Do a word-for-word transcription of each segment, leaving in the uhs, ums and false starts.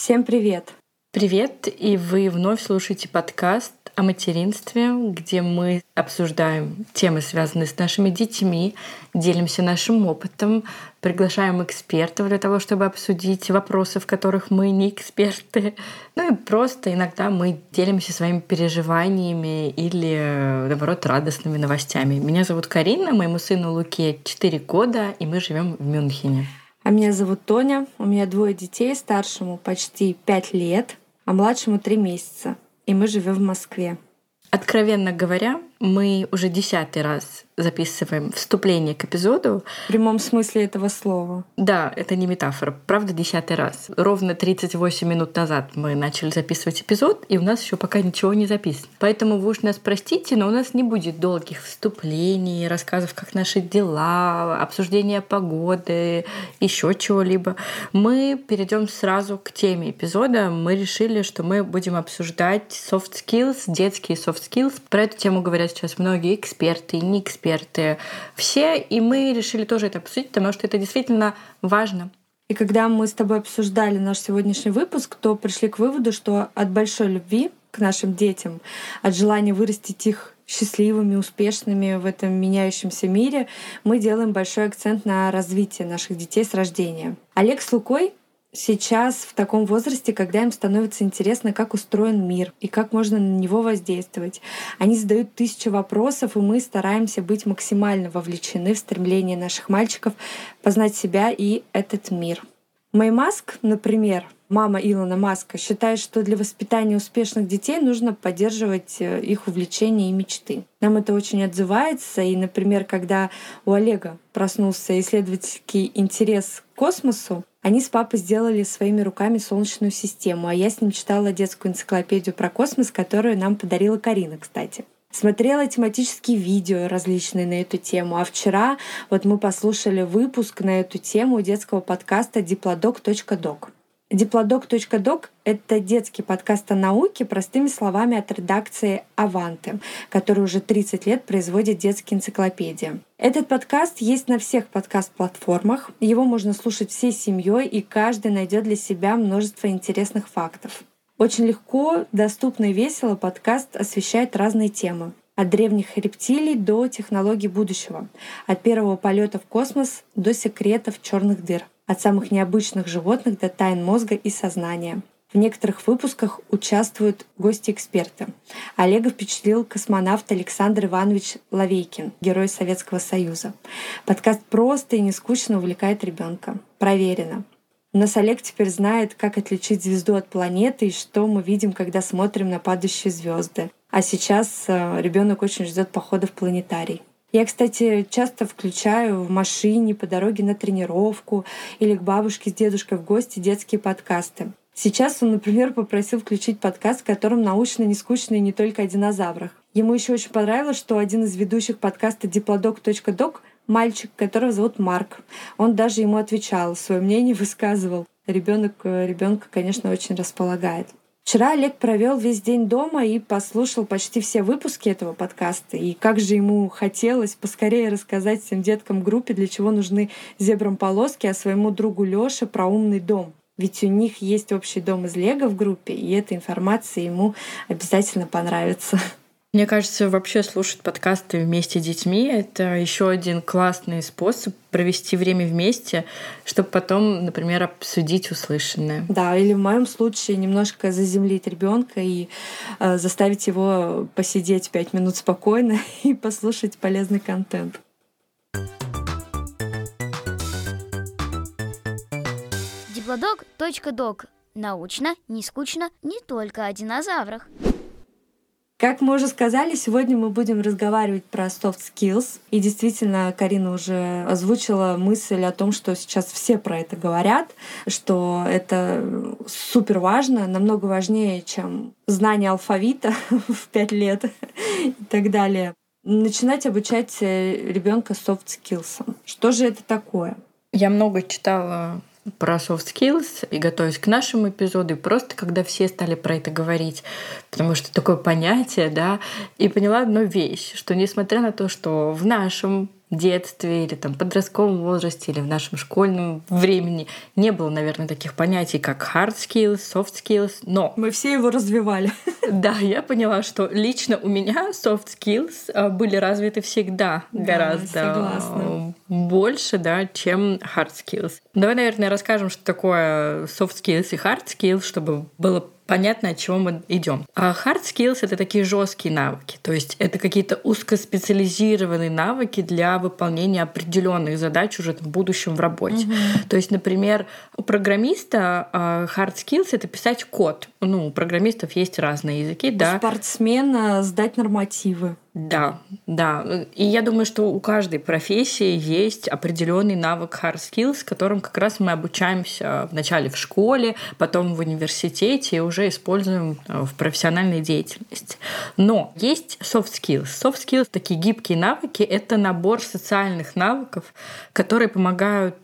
Всем привет! Привет, и вы вновь слушаете подкаст о материнстве, где мы обсуждаем темы, связанные с нашими детьми, делимся нашим опытом, приглашаем экспертов для того, чтобы обсудить вопросы, в которых мы не эксперты. Ну и просто иногда мы делимся своими переживаниями или, наоборот, радостными новостями. Меня зовут Карина, моему сыну Луке четыре года, и мы живем в Мюнхене. А меня зовут Тоня, у меня двое детей, старшему почти пять лет, а младшему три месяца, и мы живем в Москве. Откровенно говоря, мы уже десятый раз записываем вступление к эпизоду. В прямом смысле этого слова. Да, это не метафора, правда, десятый раз. Ровно тридцать восемь минут назад мы начали записывать эпизод, и у нас еще пока ничего не записано. Поэтому вы уж нас простите, но у нас не будет долгих вступлений, рассказов, как наши дела, обсуждения погоды, еще чего-либо. Мы перейдем сразу к теме эпизода. Мы решили, что мы будем обсуждать soft skills, детские soft skills. Про эту тему говорят сейчас многие эксперты, не эксперты, все, и мы решили тоже это обсудить, потому что это действительно важно. И когда мы с тобой обсуждали наш сегодняшний выпуск, то пришли к выводу, что от большой любви к нашим детям, от желания вырастить их счастливыми, успешными в этом меняющемся мире, мы делаем большой акцент на развитие наших детей с рождения. Олег с Лукой сейчас в таком возрасте, когда им становится интересно, как устроен мир и как можно на него воздействовать. Они задают тысячу вопросов, и мы стараемся быть максимально вовлечены в стремление наших мальчиков познать себя и этот мир. Мэй Маск, например, мама Илона Маска, считает, что для воспитания успешных детей нужно поддерживать их увлечения и мечты. Нам это очень отзывается, и, например, когда у Олега проснулся исследовательский интерес к космосу, они с папой сделали своими руками Солнечную систему, а я с ним читала детскую энциклопедию про космос, которую нам подарила Карина, кстати. Смотрела тематические видео различные на эту тему. А вчера вот мы послушали выпуск на эту тему детского подкаста диплодок точка док. диплодок точка док — это детский подкаст о науке, простыми словами, от редакции «Аванты», который уже тридцать лет производит детские энциклопедии. Этот подкаст есть на всех подкаст-платформах. Его можно слушать всей семьей, и каждый найдет для себя множество интересных фактов. Очень легко, доступно и весело подкаст освещает разные темы. От древних рептилий до технологий будущего. От первого полета в космос до секретов черных дыр. От самых необычных животных до тайн мозга и сознания. В некоторых выпусках участвуют гости-эксперты. Олега впечатлил космонавт Александр Иванович Лавейкин, герой Советского Союза. Подкаст просто и нескучно увлекает ребенка. Проверено. У нас Олег теперь знает, как отличить звезду от планеты и что мы видим, когда смотрим на падающие звезды. А сейчас ребенок очень ждет похода в планетарий. Я, кстати, часто включаю в машине по дороге на тренировку или к бабушке с дедушкой в гости детские подкасты. Сейчас он, например, попросил включить подкаст, в котором научно не скучно и не только о динозаврах. Ему еще очень понравилось, что один из ведущих подкаста диплодок точка док — мальчик, которого зовут Марк. Он даже ему отвечал, свое мнение высказывал. Ребенок ребенка, конечно, очень располагает. Вчера Олег провел весь день дома и послушал почти все выпуски этого подкаста. И как же ему хотелось поскорее рассказать всем деткам в группе, для чего нужны зебрам полоски, а своему другу Лёше про умный дом. Ведь у них есть общий дом из Лего в группе, и эта информация ему обязательно понравится. Мне кажется, вообще слушать подкасты вместе с детьми — это еще один классный способ провести время вместе, чтобы потом, например, обсудить услышанное. Да, или в моем случае немножко заземлить ребенка и э, заставить его посидеть пять минут спокойно и послушать полезный контент. диплодок точка док. Научно, не скучно, не только о динозаврах. Как мы уже сказали, сегодня мы будем разговаривать про soft skills. И действительно, Карина уже озвучила мысль о том, что сейчас все про это говорят, что это супер важно, намного важнее, чем знание алфавита в пять лет и так далее. Начинать обучать ребенка soft skills. Что же это такое? Я много читала про soft skills и готовясь к нашему эпизоду, и просто когда все стали про это говорить, потому что такое понятие, да, и поняла одну вещь, что несмотря на то, что в нашем детстве или там подростковом возрасте или в нашем школьном времени не было, наверное, таких понятий, как hard skills, soft skills, но... Мы все его развивали. Да, я поняла, что лично у меня soft skills были развиты всегда Да, гораздо согласна. больше, да, чем hard skills. Давай, наверное, расскажем, что такое soft skills и hard skills, чтобы было понятно, от чего мы идем. А hard skills — это такие жесткие навыки, то есть это какие-то узкоспециализированные навыки для выполнения определенных задач уже в будущем в работе. Mm-hmm. То есть, например, у программиста hard skills — это писать код. Ну, у программистов есть разные языки, у да. Спортсмена сдать нормативы. Да, да. И я думаю, что у каждой профессии есть определенный навык hard skills, которым как раз мы обучаемся вначале в школе, потом в университете и уже используем в профессиональной деятельности. Но есть soft skills. Soft skills, такие гибкие навыки, это набор социальных навыков, которые помогают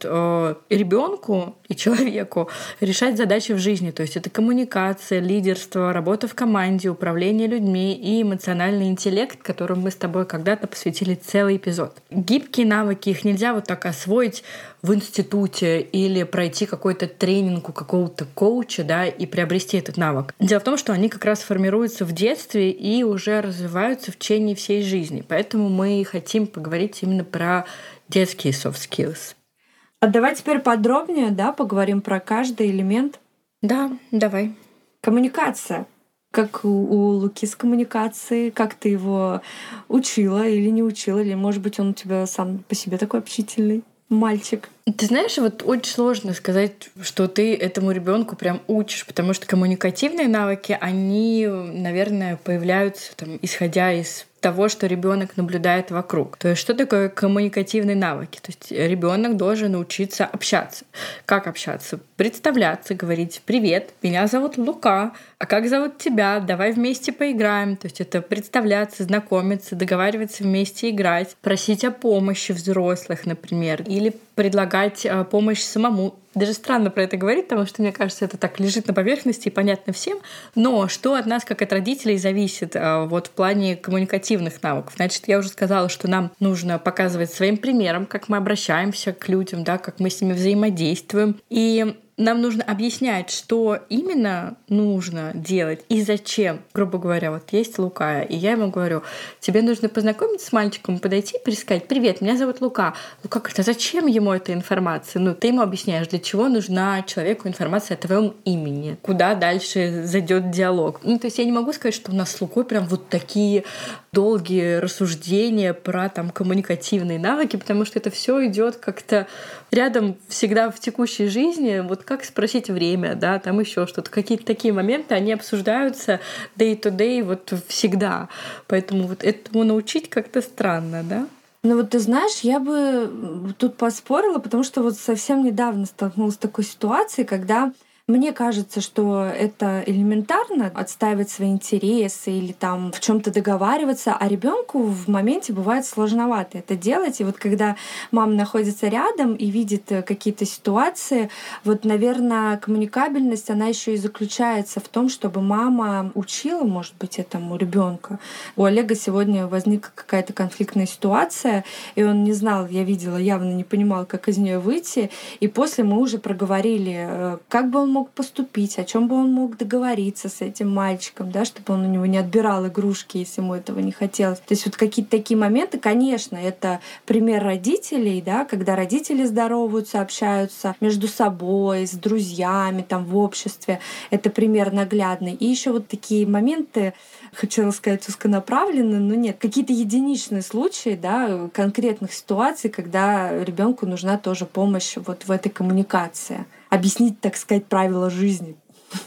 ребенку и человеку решать задачи в жизни. То есть это коммуникация, лидерство, работа в команде, управление людьми и эмоциональный интеллект, которым мы с тобой когда-то посвятили целый эпизод. Гибкие навыки, их нельзя вот так освоить в институте или пройти какой-то тренинг у какого-то коуча, да, и приобрести этот навык. Дело в том, что они как раз формируются в детстве и уже развиваются в течение всей жизни. Поэтому мы хотим поговорить именно про детские soft skills. А давай теперь подробнее, да, поговорим про каждый элемент. Да, давай. Коммуникация. Как у, у Луки с коммуникацией, как ты его учила или не учила, или, может быть, он у тебя сам по себе такой общительный мальчик. Ты знаешь, вот очень сложно сказать, что ты этому ребенку прям учишь, потому что коммуникативные навыки, они, наверное, появляются там, исходя из того, что ребенок наблюдает вокруг. То есть, что такое коммуникативные навыки? То есть ребенок должен научиться общаться. Как общаться? Представляться, говорить: «Привет, меня зовут Лука, а как зовут тебя? Давай вместе поиграем». То есть это представляться, знакомиться, договариваться вместе играть, просить о помощи взрослых, например, или предлагать помощь самому. Даже странно про это говорить, потому что, мне кажется, это так лежит на поверхности и понятно всем. Но что от нас, как от родителей, зависит вот в плане коммуникативных навыков? Значит, я уже сказала, что нам нужно показывать своим примером, как мы обращаемся к людям, да, как мы с ними взаимодействуем. И нам нужно объяснять, что именно нужно делать и зачем. Грубо говоря, вот есть Лука, и я ему говорю: тебе нужно познакомиться с мальчиком, подойти и сказать: «Привет, меня зовут Лука». Лука говорит: а зачем ему эта информация? Ну, ты ему объясняешь, для чего нужна человеку информация о твоем имени, куда дальше зайдет диалог. Ну, то есть я не могу сказать, что у нас с Лукой прям вот такие долгие рассуждения про там коммуникативные навыки, потому что это все идет как-то рядом всегда в текущей жизни. Вот как спросить время, да, там еще что-то. Какие-то такие моменты, они обсуждаются day to day вот всегда. Поэтому вот этому научить как-то странно, да? Ну вот ты знаешь, я бы тут поспорила, потому что вот совсем недавно столкнулась с такой ситуацией, когда мне кажется, что это элементарно — отстаивать свои интересы или там в чем-то договариваться, а ребенку в моменте бывает сложновато это делать. И вот когда мама находится рядом и видит какие-то ситуации, вот, наверное, коммуникабельность, она еще и заключается в том, чтобы мама учила, может быть, этому ребенка. У Олега сегодня возникла какая-то конфликтная ситуация, и он не знал, я видела, явно не понимал, как из нее выйти. И после мы уже проговорили, как бы он мог поступить, о чем бы он мог договориться с этим мальчиком, да, чтобы он у него не отбирал игрушки, если ему этого не хотелось. То есть вот какие-то такие моменты, конечно, это пример родителей, да, когда родители здороваются, общаются между собой, с друзьями, там, в обществе. Это пример наглядный. И еще вот такие моменты, хотела сказать узконаправленные, но нет, какие-то единичные случаи, да, конкретных ситуаций, когда ребенку нужна тоже помощь вот в этой коммуникации. Объяснить, так сказать, правила жизни.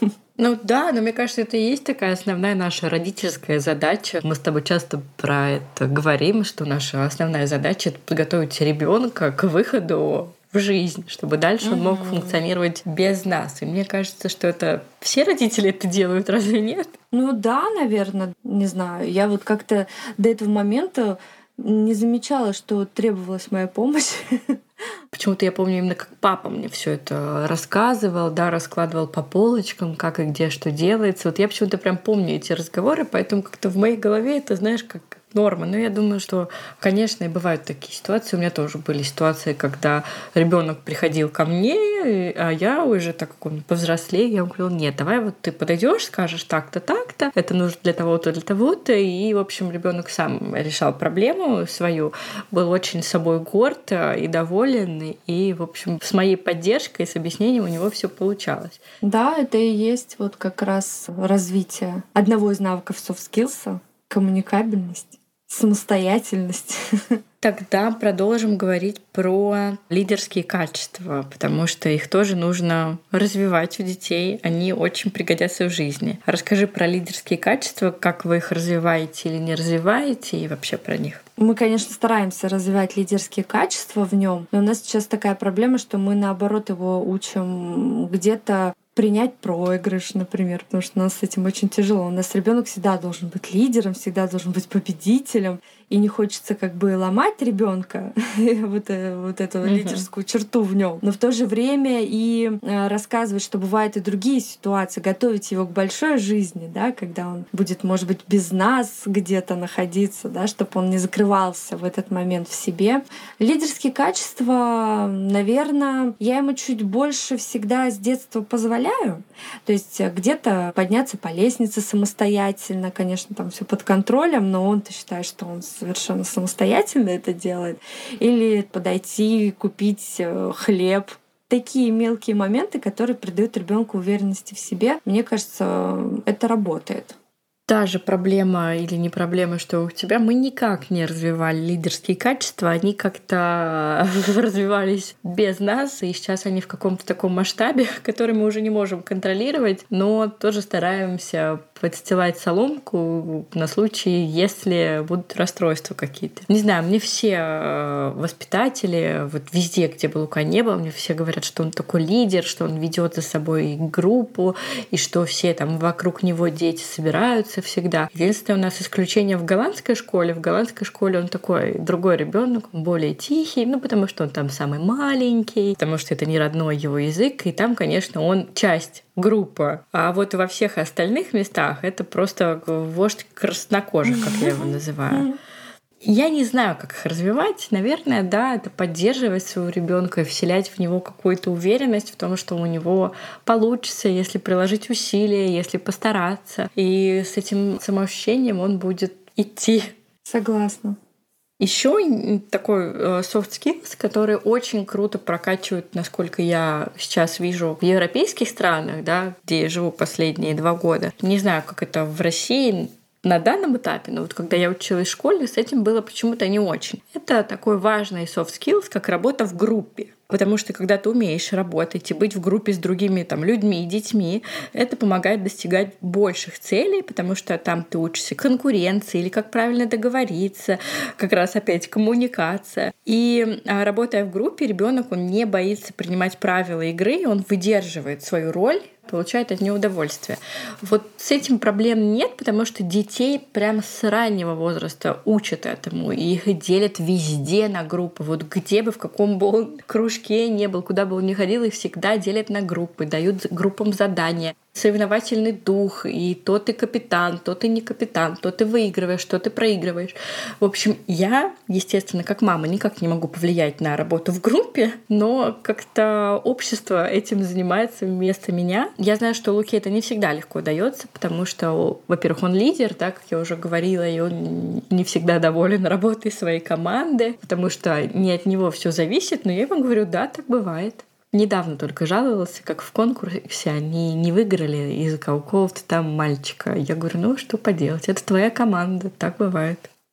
Ну да, но мне кажется, это и есть такая основная наша родительская задача. Мы с тобой часто про это говорим, что наша основная задача — это подготовить ребенка к выходу в жизнь, чтобы дальше он мог функционировать без нас. И мне кажется, что это все родители это делают, разве нет? Ну да, наверное, не знаю. Я вот как-то до этого момента не замечала, что требовалась моя помощь. Почему-то я помню именно, как папа мне все это рассказывал, да, раскладывал по полочкам, как и где что делается. Вот я почему-то прям помню эти разговоры, поэтому как-то в моей голове это, знаешь, как норма. Но я думаю, что, конечно, и бывают такие ситуации. У меня тоже были ситуации, когда ребенок приходил ко мне, а я уже, так как он повзрослее, я ему говорила: нет, давай вот ты подойдешь, скажешь так-то, так-то, это нужно для того-то, для того-то. И, в общем, ребенок сам решал проблему свою, был очень собой горд и доволен. И, в общем, с моей поддержкой, с объяснением у него все получалось. Да, это и есть вот как раз развитие одного из навыков soft skills — коммуникабельность, самостоятельность. Тогда продолжим говорить про лидерские качества, потому что их тоже нужно развивать у детей. Они очень пригодятся в жизни. Расскажи про лидерские качества, как вы их развиваете или не развиваете, и вообще про них. Мы, конечно, стараемся развивать лидерские качества в нем, но у нас сейчас такая проблема, что мы, наоборот, его учим где-то принять проигрыш, например, потому что у нас с этим очень тяжело. У нас ребенок всегда должен быть лидером, всегда должен быть победителем, и не хочется как бы ломать ребенка вот, вот эту uh-huh. лидерскую черту в нем, но в то же время и рассказывать, что бывают и другие ситуации, готовить его к большой жизни, да, когда он будет, может быть, без нас где-то находиться, да, чтобы он не закрывался в этот момент в себе. Лидерские качества, наверное, я ему чуть больше всегда с детства позволяю. То есть где-то подняться по лестнице самостоятельно, конечно, там все под контролем, но он-то считает, что он совершенно самостоятельно это делает. Или подойти, купить хлеб. Такие мелкие моменты, которые придают ребенку уверенности в себе, мне кажется, это работает. Та же проблема или не проблема, что у тебя, мы никак не развивали лидерские качества, они как-то развивались без нас, и сейчас они в каком-то таком масштабе, который мы уже не можем контролировать, но тоже стараемся подстилать соломку на случай, если будут расстройства какие-то. Не знаю, мне все воспитатели, вот везде, где бы Лука не был, мне все говорят, что он такой лидер, что он ведет за собой группу, и что все там вокруг него дети собираются всегда. Единственное, у нас исключение в голландской школе. В голландской школе он такой другой ребенок, он более тихий, ну потому что он там самый маленький, потому что это не родной его язык, и там, конечно, он часть группа. А вот во всех остальных местах это просто вождь краснокожих, как я его называю. Я не знаю, как их развивать. Наверное, да, это поддерживать своего ребенка и вселять в него какую-то уверенность в том, что у него получится, если приложить усилия, если постараться. И с этим самоощущением он будет идти. Согласна. Еще такой soft skills, который очень круто прокачивают, насколько я сейчас вижу, в европейских странах, да, где я живу последние два года. Не знаю, как это в России на данном этапе, но вот когда я училась в школе, с этим было почему-то не очень. Это такой важный soft skills, как работа в группе. Потому что когда ты умеешь работать и быть в группе с другими там, людьми и детьми, это помогает достигать больших целей, потому что там ты учишься конкуренции или как правильно договориться, как раз опять коммуникация. И работая в группе, ребенок он не боится принимать правила игры, он выдерживает свою роль, получает от нее удовольствие. Вот с этим проблем нет, потому что детей прямо с раннего возраста учат этому, и их делят везде на группы. Вот где бы, в каком бы он кружке не был, куда бы он ни ходил, их всегда делят на группы, дают группам задания. Соревновательный дух, и то ты капитан, то ты не капитан, то ты выигрываешь, то ты проигрываешь. В общем, я, естественно, как мама, никак не могу повлиять на работу в группе, но как-то общество этим занимается вместо меня. Я знаю, что Луке это не всегда легко дается, потому что, во-первых, он лидер, да, как я уже говорила, и он не всегда доволен работой своей команды, потому что не от него все зависит, но я ему говорю, да, так бывает. Недавно только жаловался, как в конкурсе они не выиграли из-за какого-то там мальчика. Я говорю, ну что поделать, это твоя команда, так бывает.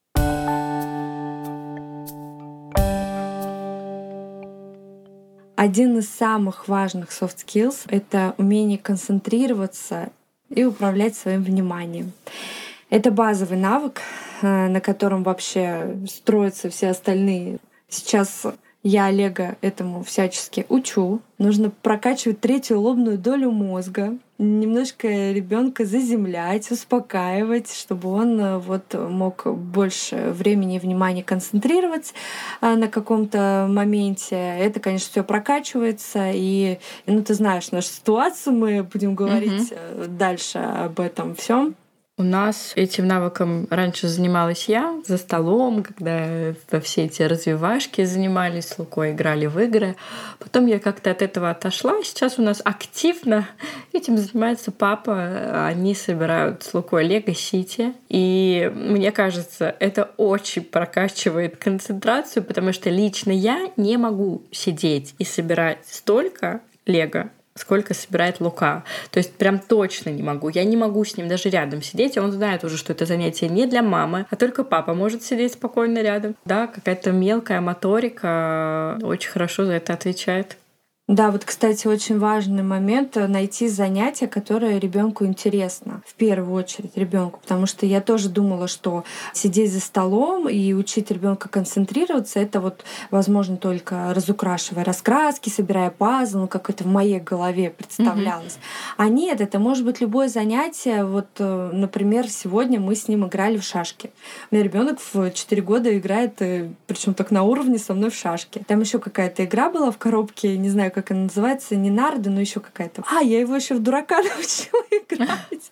Один из самых важных soft skills — это умение концентрироваться и управлять своим вниманием. Это базовый навык, на котором вообще строятся все остальные. Сейчас я Олега этому всячески учу. Нужно прокачивать третью лобную долю мозга, немножко ребенка заземлять, успокаивать, чтобы он вот мог больше времени и внимания концентрировать на каком-то моменте. Это, конечно, все прокачивается. И, ну, ты знаешь нашу ситуацию, мы будем говорить mm-hmm. дальше об этом всем. У нас этим навыком раньше занималась я за столом, когда во все эти развивашки занимались с Лукой, играли в игры. Потом я как-то от этого отошла. Сейчас у нас активно этим занимается папа. Они собирают с Лукой Лего Сити. И мне кажется, это очень прокачивает концентрацию, потому что лично я не могу сидеть и собирать столько Лего, сколько собирает Лука. То есть прям точно не могу. Я не могу с ним даже рядом сидеть. И он знает уже, что это занятие не для мамы, а только папа может сидеть спокойно рядом. Да, какая-то мелкая моторика очень хорошо за это отвечает. Да, вот, кстати, очень важный момент — найти занятие, которое ребенку интересно. В первую очередь ребенку, потому что я тоже думала, что сидеть за столом и учить ребенка концентрироваться — это вот возможно только разукрашивая раскраски, собирая пазл, ну как это в моей голове представлялось. Mm-hmm. А нет, это может быть любое занятие. Вот, например, сегодня мы с ним играли в шашки. У меня ребенок в четыре года играет, причем так на уровне со мной в шашки. Там еще какая-то игра была в коробке, не знаю, как она называется, не нарды, но еще какая-то. А, я его еще в дурака научила играть.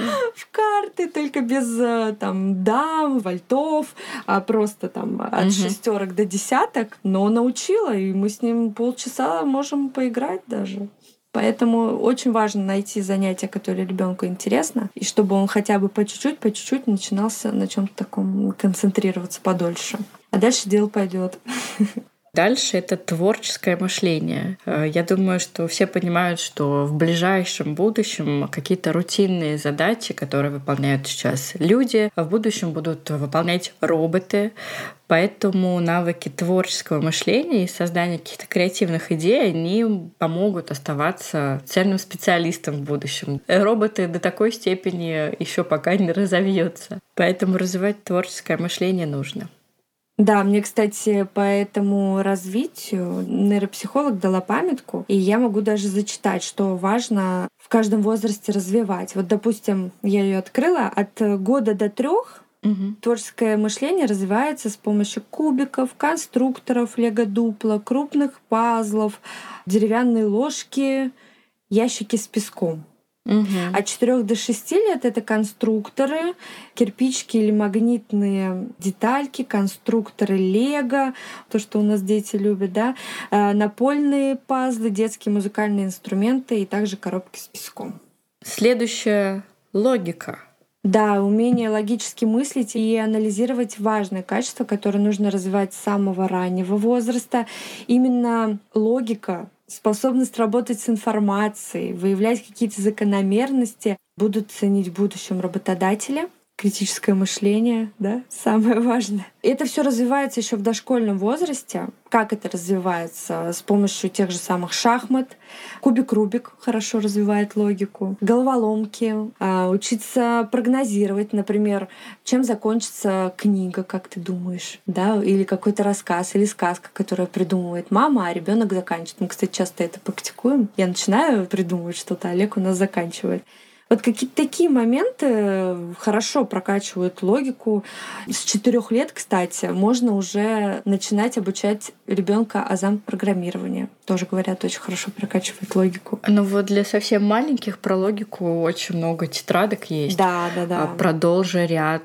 В карты, только без там дам, вальтов, а просто там от шестерок до десяток. Но научила, и мы с ним полчаса можем поиграть даже. Поэтому очень важно найти занятие, которое ребенку интересно, и чтобы он хотя бы по чуть-чуть, по чуть-чуть начинался на чем-то таком концентрироваться подольше. А дальше дело пойдет. Дальше это творческое мышление. Я думаю, что все понимают, что в ближайшем будущем какие-то рутинные задачи, которые выполняют сейчас люди, в будущем будут выполнять роботы. Поэтому навыки творческого мышления и создания каких-то креативных идей, они помогут оставаться ценным специалистом в будущем. Роботы до такой степени еще пока не разовьются. Поэтому развивать творческое мышление нужно. Да, мне, кстати, по этому развитию нейропсихолог дала памятку, и я могу даже зачитать, что важно в каждом возрасте развивать. Вот, допустим, я ее открыла от года до трех. Угу. Творческое мышление развивается с помощью кубиков, конструкторов, лего-дупла, крупных пазлов, деревянные ложки, ящики с песком. Угу. От четырёх до шести лет это конструкторы, кирпичики или магнитные детальки, конструкторы Лего, то, что у нас дети любят, да, напольные пазлы, детские музыкальные инструменты и также коробки с песком. Следующая — логика. Да, умение логически мыслить и анализировать важные качества, которые нужно развивать с самого раннего возраста. Именно логика, способность работать с информацией, выявлять какие-то закономерности будут ценить в будущем работодатели. Критическое мышление, да, самое важное. И это все развивается еще в дошкольном возрасте. Как это развивается? С помощью тех же самых шахмат. Кубик-рубик хорошо развивает логику. Головоломки. Учиться прогнозировать, например, чем закончится книга, как ты думаешь, да, или какой-то рассказ, или сказка, которую придумывает мама, а ребенок заканчивает. Мы, кстати, часто это практикуем. Я начинаю придумывать что-то, а Олег у нас заканчивает. Вот какие-то такие моменты хорошо прокачивают логику. С четырех лет, кстати, можно уже начинать обучать ребенка азам программирования. Тоже, говорят, очень хорошо прокачивает логику. Ну вот для совсем маленьких про логику очень много тетрадок есть. Да, да, да. Продолжи ряд,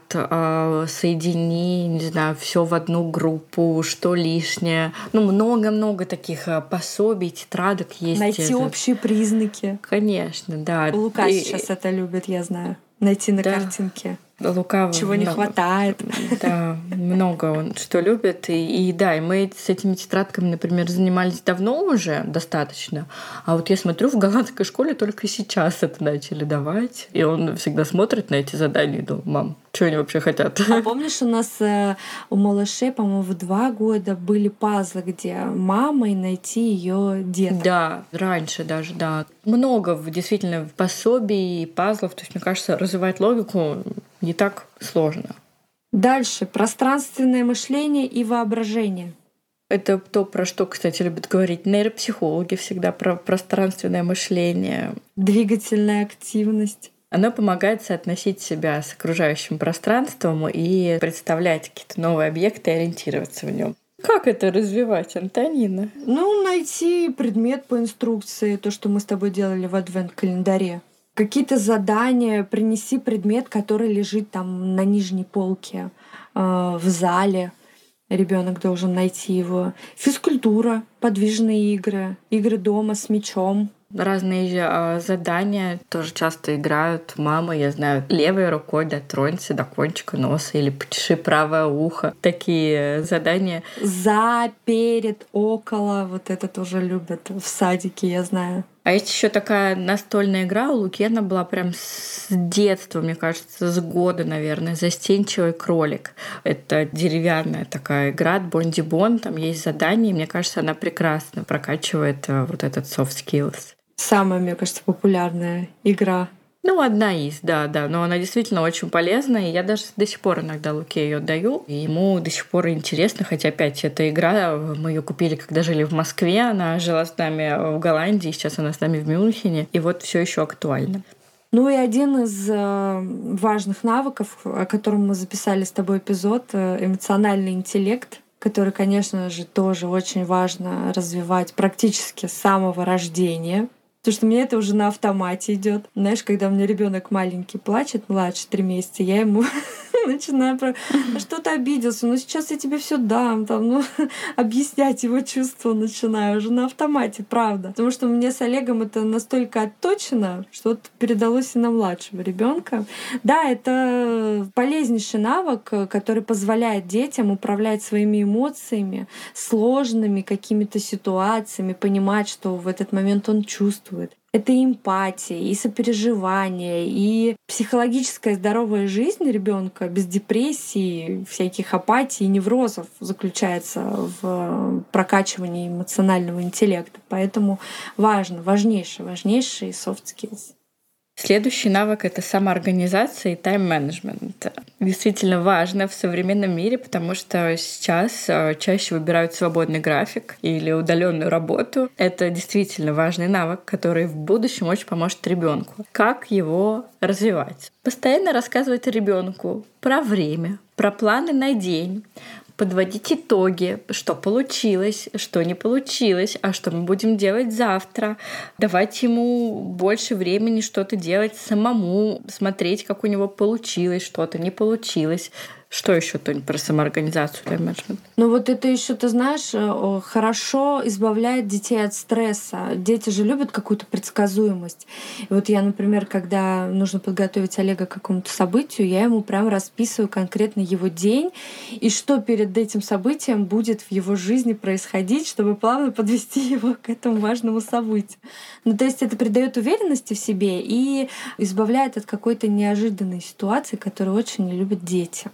соедини, не знаю, все в одну группу, что лишнее. Ну, много-много таких пособий, тетрадок есть. Найти общие признаки. Конечно, да. Лука и... сейчас это любит, я знаю. Найти на да. картинке. Лука, чего не много, хватает. Да, много он что любит. И, и да, и мы с этими тетрадками, например, занимались давно уже достаточно. А вот я смотрю, в голландской школе только сейчас это начали давать. И он всегда смотрит на эти задания и думает: мам, что они вообще хотят? А помнишь, у нас э, у малышей, по-моему, в два года были пазлы, где мама и найти ее деток. Да, раньше даже, да. Много действительно пособий и пазлов. То есть, мне кажется, развивать логику не так сложно. Дальше. Пространственное мышление и воображение. Это то, про что, кстати, любят говорить нейропсихологи всегда, про пространственное мышление. Двигательная активность. Оно помогает соотносить себя с окружающим пространством и представлять какие-то новые объекты и ориентироваться в нем. Как это развивать, Антонина? Ну, найти предмет по инструкции, то, что мы с тобой делали в адвент-календаре. Какие-то задания, принеси предмет, который лежит там на нижней полке э, в зале. Ребенок должен найти его. Физкультура, подвижные игры, игры дома с мячом. Разные э, задания тоже часто играют. Мама, я знаю, левой рукой дотронься до кончика носа или почеши правое ухо. Такие задания. За, перед, около. Вот это тоже любят в садике, я знаю. А есть еще такая настольная игра у Лукьяна была прям с детства, мне кажется, с года, наверное, «Застенчивый кролик». Это деревянная такая игра, Бонди-Бон, там есть задания, и мне кажется, она прекрасно прокачивает вот этот soft skills. Самая, мне кажется, популярная игра. Ну, одна из, да, да, но она действительно очень полезная, и я даже до сих пор иногда Луке ее даю, и ему до сих пор интересно, хотя опять эта игра, мы ее купили, когда жили в Москве, она жила с нами в Голландии, сейчас она с нами в Мюнхене, и вот все еще актуально. Ну и один из важных навыков, о котором мы записали с тобой эпизод, эмоциональный интеллект, который, конечно же, тоже очень важно развивать практически с самого рождения. Потому что мне это уже на автомате идет. Знаешь, когда у меня ребенок маленький плачет, младше три месяца, я ему начинаю про что ты обиделся, ну сейчас я тебе все дам, там, ну, объяснять его чувства начинаю уже на автомате, правда. Потому что мне с Олегом это настолько отточено, что вот передалось и на младшего ребенка. Да, это полезнейший навык, который позволяет детям управлять своими эмоциями, сложными какими-то ситуациями, понимать, что в этот момент он чувствует. Это и эмпатия, и сопереживание, и психологическая здоровая жизнь ребенка без депрессии, всяких апатий и неврозов заключается в прокачивании эмоционального интеллекта. Поэтому важно, важнейший, важнейший soft skills. Следующий навык — это самоорганизация и тайм-менеджмент. Действительно важно в современном мире, потому что сейчас чаще выбирают свободный график или удаленную работу. Это действительно важный навык, который в будущем очень поможет ребенку. Как его развивать? Постоянно рассказывать ребенку про время, про планы на день, подводить итоги, что получилось, что не получилось, а что мы будем делать завтра, давать ему больше времени что-то делать самому, смотреть, как у него получилось что-то, не получилось. Что еще, Тонь, про самоорганизацию, тайм-менеджмент? Ну вот это еще, ты знаешь, хорошо избавляет детей от стресса. Дети же любят какую-то предсказуемость. И вот я, например, когда нужно подготовить Олега к какому-то событию, я ему прям расписываю конкретно его день и что перед этим событием будет в его жизни происходить, чтобы плавно подвести его к этому важному событию. Ну то есть это придает уверенности в себе и избавляет от какой-то неожиданной ситуации, которую очень не любят дети.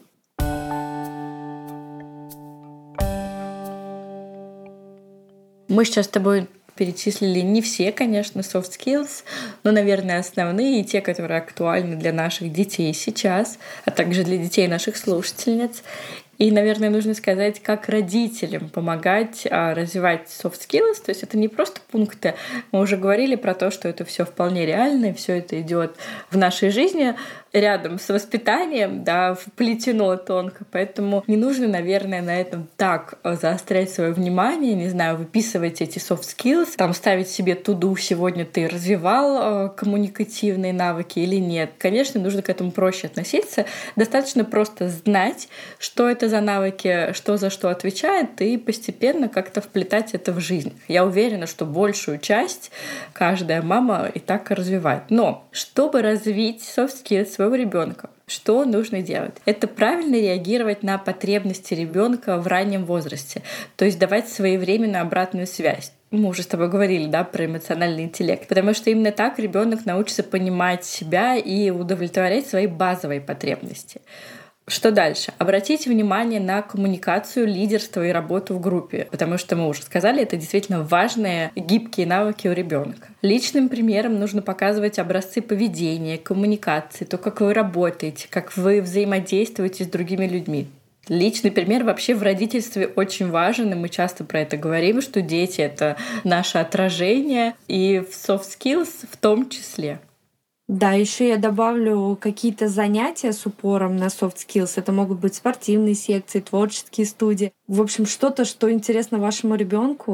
Мы сейчас с тобой перечислили не все, конечно, soft skills, но, наверное, основные и те, которые актуальны для наших детей сейчас, а также для детей наших слушательниц. И, наверное, нужно сказать, как родителям помогать а, развивать soft skills. То есть это не просто пункты. Мы уже говорили про то, что это все вполне реально, и все это идет в нашей жизни рядом с воспитанием, да, вплетено тонко. Поэтому не нужно, наверное, на этом так заострять свое внимание, не знаю, выписывать эти soft skills, там ставить себе туду, сегодня ты развивал э, коммуникативные навыки или нет. Конечно, нужно к этому проще относиться. Достаточно просто знать, что это за навыки, что за что отвечает, и постепенно как-то вплетать это в жизнь. Я уверена, что большую часть каждая мама и так развивает. Но чтобы развить soft skills своего ребенка, что нужно делать? Это правильно реагировать на потребности ребенка в раннем возрасте, то есть давать своевременно обратную связь. Мы уже с тобой говорили, да, про эмоциональный интеллект, потому что именно так ребенок научится понимать себя и удовлетворять свои базовые потребности. Что дальше? Обратите внимание на коммуникацию, лидерство и работу в группе, потому что мы уже сказали, это действительно важные гибкие навыки у ребенка. Личным примером нужно показывать образцы поведения, коммуникации, то, как вы работаете, как вы взаимодействуете с другими людьми. Личный пример вообще в родительстве очень важен, и мы часто про это говорим, что дети — это наше отражение, и в soft skills в том числе. Да, еще я добавлю какие-то занятия с упором на soft skills. Это могут быть спортивные секции, творческие студии. В общем, что-то, что интересно вашему ребенку.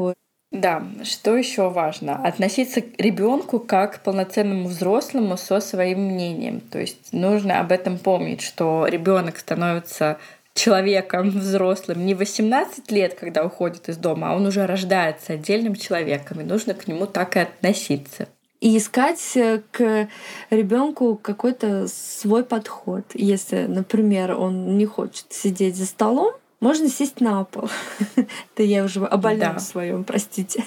Да, что еще важно? Относиться к ребенку как к полноценному взрослому со своим мнением. То есть нужно об этом помнить, что ребенок становится человеком взрослым не в восемнадцать лет, когда уходит из дома, а он уже рождается отдельным человеком, и нужно к нему так и относиться. И искать к ребенку какой-то свой подход. Если, например, он не хочет сидеть за столом, можно сесть на пол. Это я уже о больном Да. своем, простите.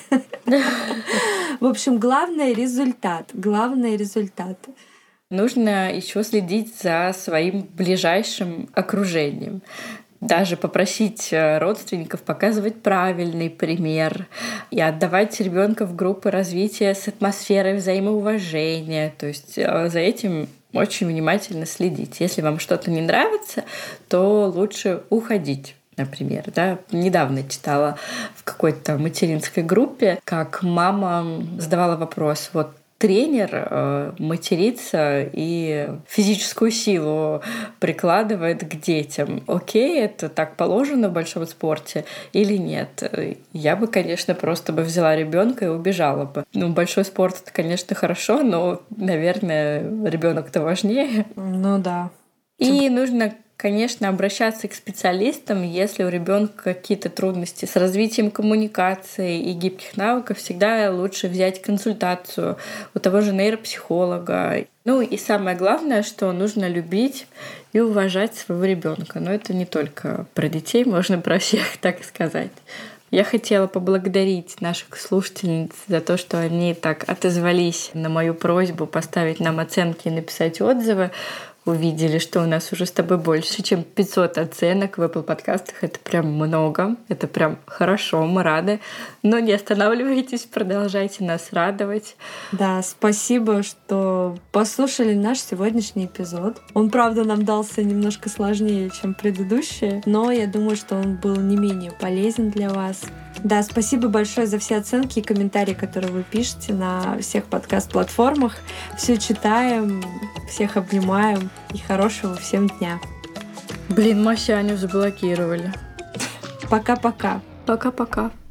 В общем, главное — результат. Главное — результат. Нужно еще следить за своим ближайшим окружением. Даже попросить родственников показывать правильный пример и отдавать ребенка в группы развития с атмосферой взаимоуважения. То есть за этим очень внимательно следить. Если вам что-то не нравится, то лучше уходить. Например, да, недавно читала в какой-то материнской группе, как мама задавала вопрос: вот тренер э, матерится и физическую силу прикладывает к детям. Окей, это так положено в большом спорте или нет? Я бы, конечно, просто бы взяла ребенка и убежала бы. Ну, большой спорт — это, конечно, хорошо, но, наверное, ребенок-то важнее. Ну да. И нужно, конечно, обращаться к специалистам, если у ребенка какие-то трудности с развитием коммуникации и гибких навыков. Всегда лучше взять консультацию у того же нейропсихолога. Ну и самое главное, что нужно любить и уважать своего ребенка. Но это не только про детей, можно про всех так сказать. Я хотела поблагодарить наших слушательниц за то, что они так отозвались на мою просьбу поставить нам оценки и написать отзывы. Увидели, что у нас уже с тобой больше, чем пятьсот оценок в Apple подкастах. Это прям много, это прям хорошо, мы рады. Но не останавливайтесь, продолжайте нас радовать. Да, спасибо, что послушали наш сегодняшний эпизод. Он, правда, нам дался немножко сложнее, чем предыдущие, но я думаю, что он был не менее полезен для вас. Да, спасибо большое за все оценки и комментарии, которые вы пишете на всех подкаст-платформах. Все читаем, всех обнимаем и хорошего всем дня. Блин, Масяню заблокировали. Пока-пока. Пока-пока.